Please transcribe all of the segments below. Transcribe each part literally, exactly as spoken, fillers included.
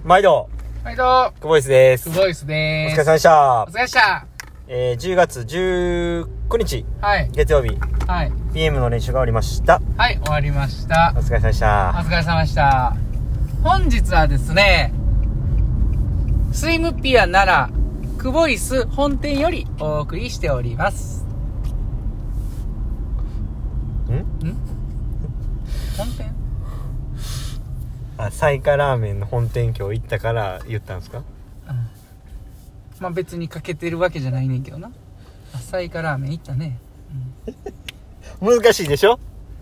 毎度毎度久保井です。 久保井でおす。 疲れ様でした。 お疲れ様でした。 えー、じゅうがつじゅうくにち、 はい、 月曜日、 はい、 ピーエム の練習が終わりました。 はい、終わりました。 お疲れ様でした。 お疲れ様でした。本日はですね、スイムピア奈良久保井本店よりお送りしております。 んん本店あ、サイカラーメンの本店今日行ったから言ったんですか？うん、 まあ別にかけてるわけじゃないねんけどな。サイカラーメン行ったね、 うん、難しいでしょ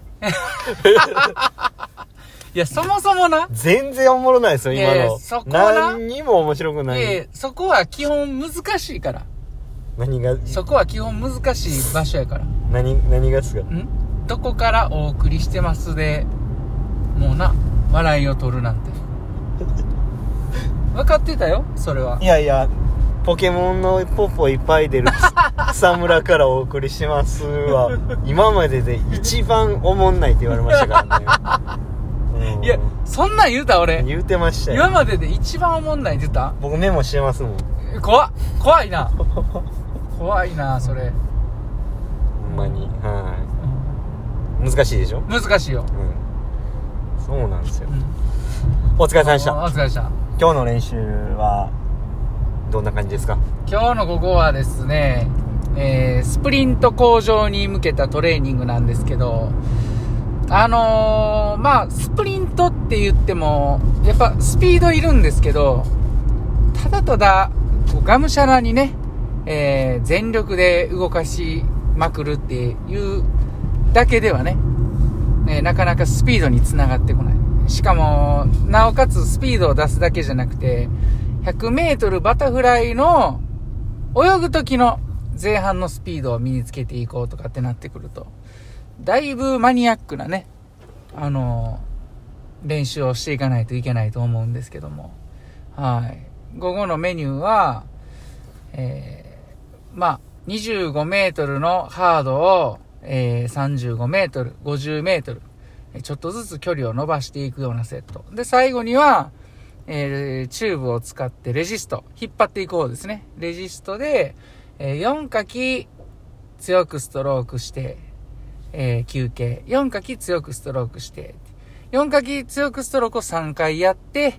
いやそもそもな全然おもろないですよ今の。 そこはな何にも面白くない。 いやいやそこは基本難しいから。 何が？ そこは基本難しい場所やから。 何何がですか？ んどこからお送りしてますでもうな笑いを取るなんて分かってたよそれは。 いやいやポケモンのポポいっぱい出る草むらからお送りしてますは今までで一番おもんないって言われましたからね、うん、 いやそんなん言うた俺言うてましたよ。 今までで一番おもんないって言った。 僕メモしてますもん。 怖っ怖いな怖いなそれほんまに、はい、うん、難しいでしょ。 難しいよ、 うん、そうなんですよ、うん、お疲れ様でした。 お疲れ様でした。 今日の練習はどんな感じですか？ 今日の午後はですね、えー、スプリント向上に向けたトレーニングなんですけど、あのー、まあスプリントって言ってもやっぱスピードいるんですけど、ただただがむしゃらにね、えー、全力で動かしまくるっていうだけではね、えー、なかなかスピードにつながってこない。しかもなおかつスピードを出すだけじゃなくてひゃくメートルバタフライの泳ぐ時の前半のスピードを身につけていこうとかってなってくるとだいぶマニアックなね、あのー、練習をしていかないといけないと思うんですけども、はい、午後のメニューは、えー、まあにじゅうごメートルのハードを、えー、さんじゅうごメートル、ごじゅうメートルちょっとずつ距離を伸ばしていくようなセットで、最後にはえー、チューブを使ってレジスト引っ張っていく方ですね。レジストで、えー、よんかき強くストロークして、えー、休憩、よんかき強くストロークしてよんかき強くストロークをさんかいやって、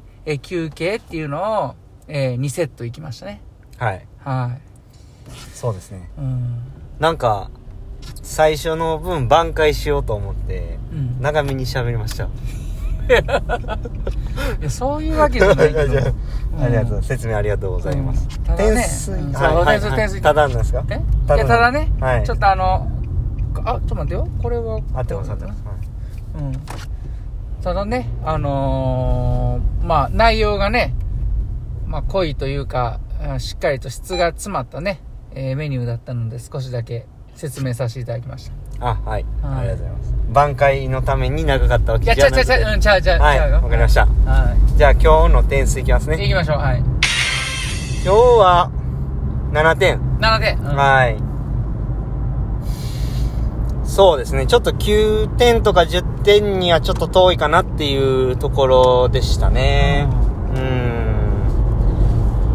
えー、休憩っていうのを、えー、にセットいきましたね。はいはい、 そうですね、 うん、 なんか最初の分挽回しようと思って、うん、長めに喋りましたいやそういうわけじゃないけど、うん、 ありがとう、説明ありがとうございます、 うん、ただね、 点数、 うん、 はいはいはい、点数ただなんですか？ えただ、いやただね、 はい、 ちょっとあのあちょっと待ってよ、これは合ってます合ってます、はい、 うん、ただねあのー、まあ内容がね、まあ濃いというかしっかりと質が詰まったね、えー、メニューだったので少しだけ説明させていただきました。 あ、はい、はい、ありがとうございます。挽回のために長かったわけじゃなくて、いや、ちゃうちゃう、うん、ちゃうちゃう、 はい、 わかりました。はい。じゃあ今日の点数いきますね。 いきましょう、はい。 今日はななてん。 ななてん。うん、 はい。そうですね。ちょっときゅうてんとかじゅってんにはちょっと遠いかなっていうところでしたね。うん。うん、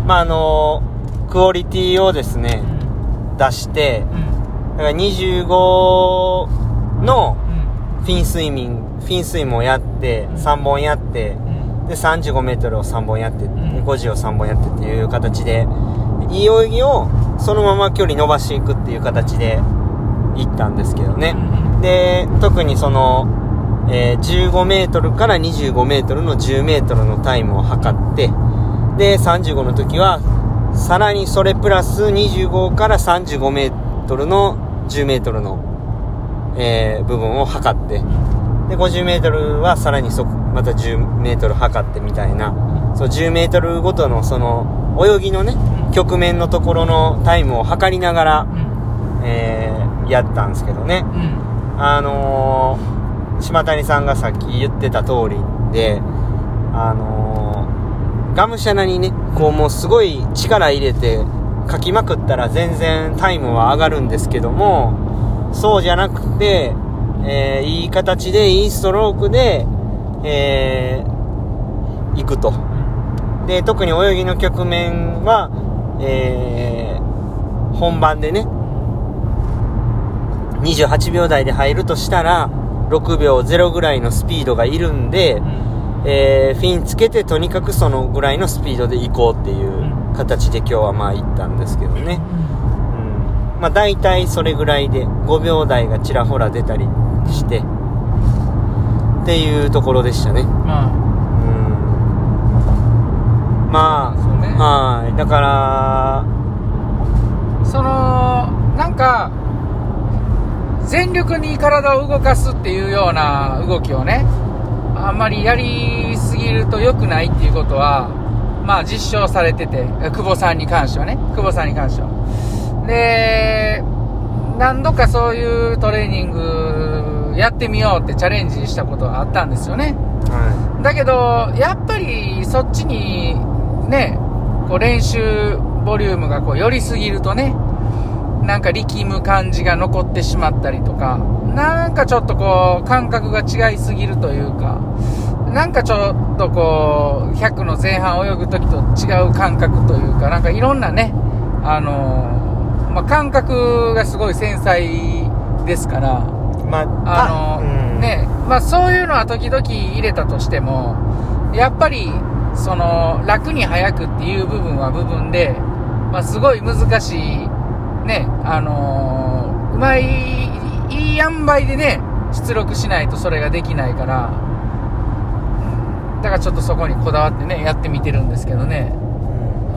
まああのクオリティをですね、うん、出して。うんだからにじゅうごのフィンスイミング、フィンスイムをやってさんぼんやってでさんじゅうごメートルをさんぼんやってごじゅうをさんぼんやってっていう形でいい泳ぎをそのまま距離伸ばしていくっていう形でいったんですけどね。で特にその、えー、じゅうごメートルからにじゅうごメートルのじゅうメートルのタイムを測ってでさんじゅうごの時はさらにそれプラスにじゅうごからさんじゅうごメートルのじゅうメートルの、えー、部分を測ってでごじゅうメートルはさらにそまたじゅうメートル測ってみたいな、そうじゅうメートルごとのその泳ぎのね局面のところのタイムを測りながら、えー、やったんですけどね、うん、あのー、島谷さんがさっき言ってた通りであのー、がむしゃらにねこうもうすごい力入れて書きまくったら全然タイムは上がるんですけどもそうじゃなくて、えー、いい形でいいストロークで、えー、行くとで特に泳ぎの局面は、えー、本番でねにじゅうはちびょう台で入るとしたらろくびょうゼロぐらいのスピードがいるんで、えー、フィンつけてとにかくそのぐらいのスピードで行こうっていう形で今日はまあ行ったんですけどね、うん、まあ大体それぐらいでごびょう台がちらほら出たりしてっていうところでしたね。まあ、うん、まあそうね、はい、だからそのなんか全力に体を動かすっていうような動きをねあんまりやりすぎると良くないっていうことはまあ実証されてて、久保さんに関してはね久保さんに関してはで何度かそういうトレーニングやってみようってチャレンジしたことがあったんですよね、はい、だけどやっぱりそっちにねこう練習ボリュームがこう寄りすぎるとねなんか力む感じが残ってしまったりとかなんかちょっとこう感覚が違いすぎるというかなんかちょっとこうひゃくの前半泳ぐ時と違う感覚というかなんかいろんなねあの、まあ、感覚がすごい繊細ですから、まあ、あの、うん、ねまあそういうのは時々入れたとしてもやっぱりその楽に速くっていう部分は部分で、まあ、すごい難しいね、あのー、うまいいい塩梅でね出力しないとそれができないからだからちょっとそこにこだわってねやってみてるんですけどね、うん、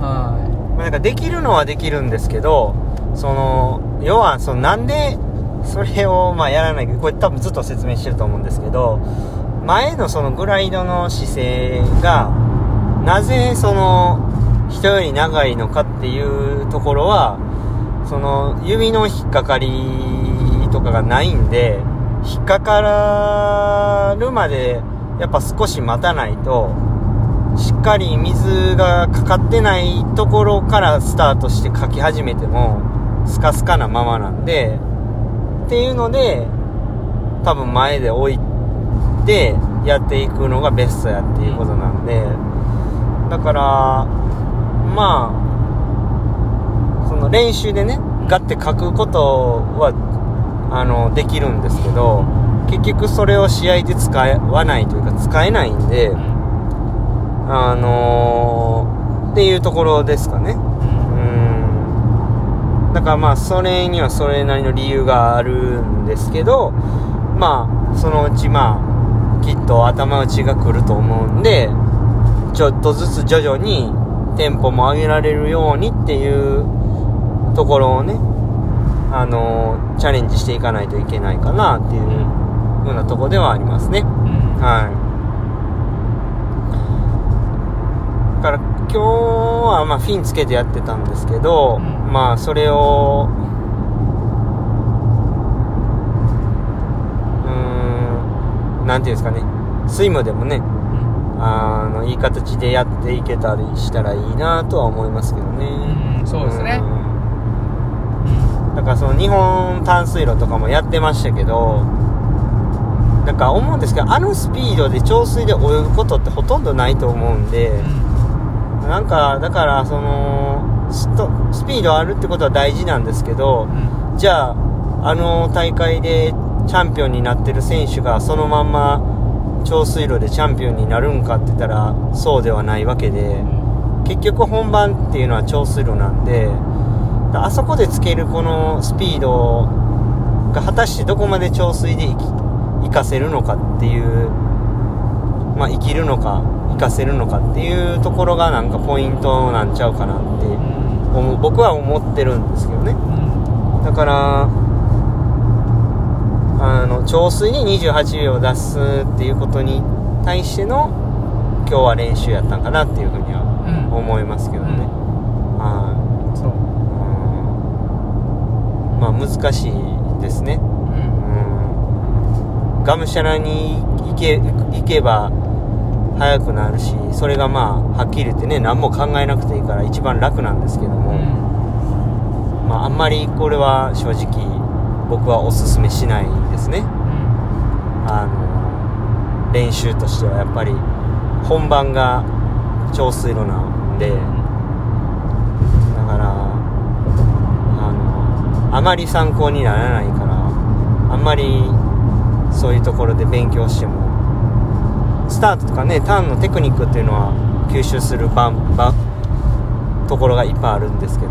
はい、なんかできるのはできるんですけどその要はそのなんでそれをまあやらないかこれ多分ずっと説明してると思うんですけど前のそのグライドの姿勢がなぜその人より長いのかっていうところはその指の引っかかりとかがないんで引っかかるまでやっぱ少し待たないとしっかり水がかかってないところからスタートしてかき始めてもスカスカなままなんでっていうので多分前で置いてやっていくのがベストやっていうことなんでだからまあその練習でねガッて書くことはあのできるんですけど結局それを試合で使わないというか使えないんであのー、っていうところですかね。うんだからまあそれにはそれなりの理由があるんですけどまあそのうちまあきっと頭打ちが来ると思うんでちょっとずつ徐々にテンポも上げられるようにっていうところをね、あのー、チャレンジしていかないといけないかなっていうようなところではありますね、うん、はいだから今日はまあフィンつけてやってたんですけど、うん、まあそれをうーんなんていうんですかねスイムでもねあのいい形でやっていけたりしたらいいなとは思いますけどね、 うん、そうですね、 うん、だからその日本淡水路とかもやってましたけどなんか思うんですけどあのスピードで長水で泳ぐことってほとんどないと思うんで、うん、なんかだからその ス, トスピードあるってことは大事なんですけど、うん、じゃああの大会でチャンピオンになってる選手がそのまんま長水路でチャンピオンになるんかって言ったらそうではないわけで結局本番っていうのは長水路なんであそこでつけるこのスピードが果たしてどこまで長水で生かせるのかっていうまあ生きるのか生かせるのかっていうところがなんかポイントなんちゃうかなって思う僕は思ってるんですけどねだからあの長水ににじゅうはちびょう出すっていうことに対しての今日は練習やったんかなっていうふうには思いますけどね、うん、あそう、うん、まあ難しいですね、うんうん、がむしゃらに行け、行けば速くなるしそれがまあはっきり言ってね何も考えなくていいから一番楽なんですけども、うんまあ、あんまりこれは正直僕はおすすめしないですね、うん、あの練習としてはやっぱり本番が長水路なんで、だからあのあまり参考にならないから、あんまりそういうところで勉強しても、スタートとかねターンのテクニックっていうのは吸収する場場ところがいっぱいあるんですけど、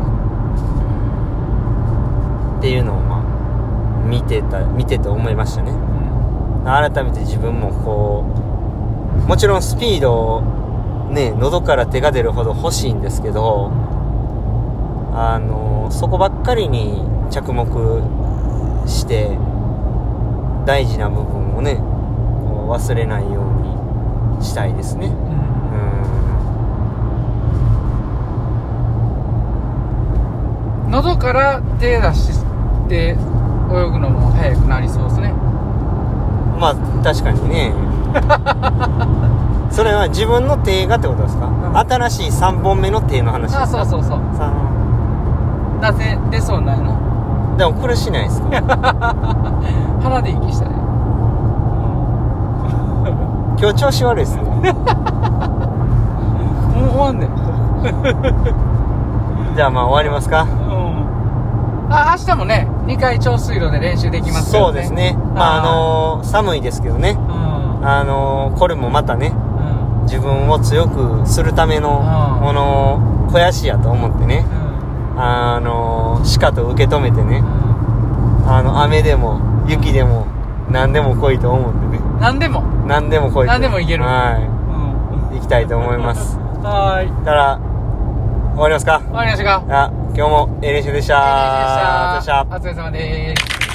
っていうのをまあ見てた見てて思いましたね。改めて自分もこう、もちろんスピードをね喉から手が出るほど欲しいんですけど、あのそこばっかりに着目して大事な部分をねこう忘れないようにしたいですね。うん、 喉から手出して泳ぐのも速くなりそうですね。 まあ確かにねそれは自分の手がってことですか、うん、新しいさんぼんめの手の話ですか。 あ、そうそうそう。なぜ出そうないの？ でも苦しないですか鼻で息したね今日調子悪いですねもう終わんねんじゃあまあ終わりますか。うん、 あ、明日もねにかい長水路で練習できますからね。 そうですね。まああのー、寒いですけどね、うん、あのー、これもまたね、うん、自分を強くするためのものを肥やしやと思ってね、うん、あのー、しかと受け止めてね、うん、あの雨でも雪でも何でも来いと思ってね、 何でも何でも来いと、 何でもいける、 はい、うん、行きたいと思いますはい。 だから終わりますか。 終わりましたか。 あ、今日もええ練習でした。 ええ練習でした。 お疲れ様でした。 お疲れ様です。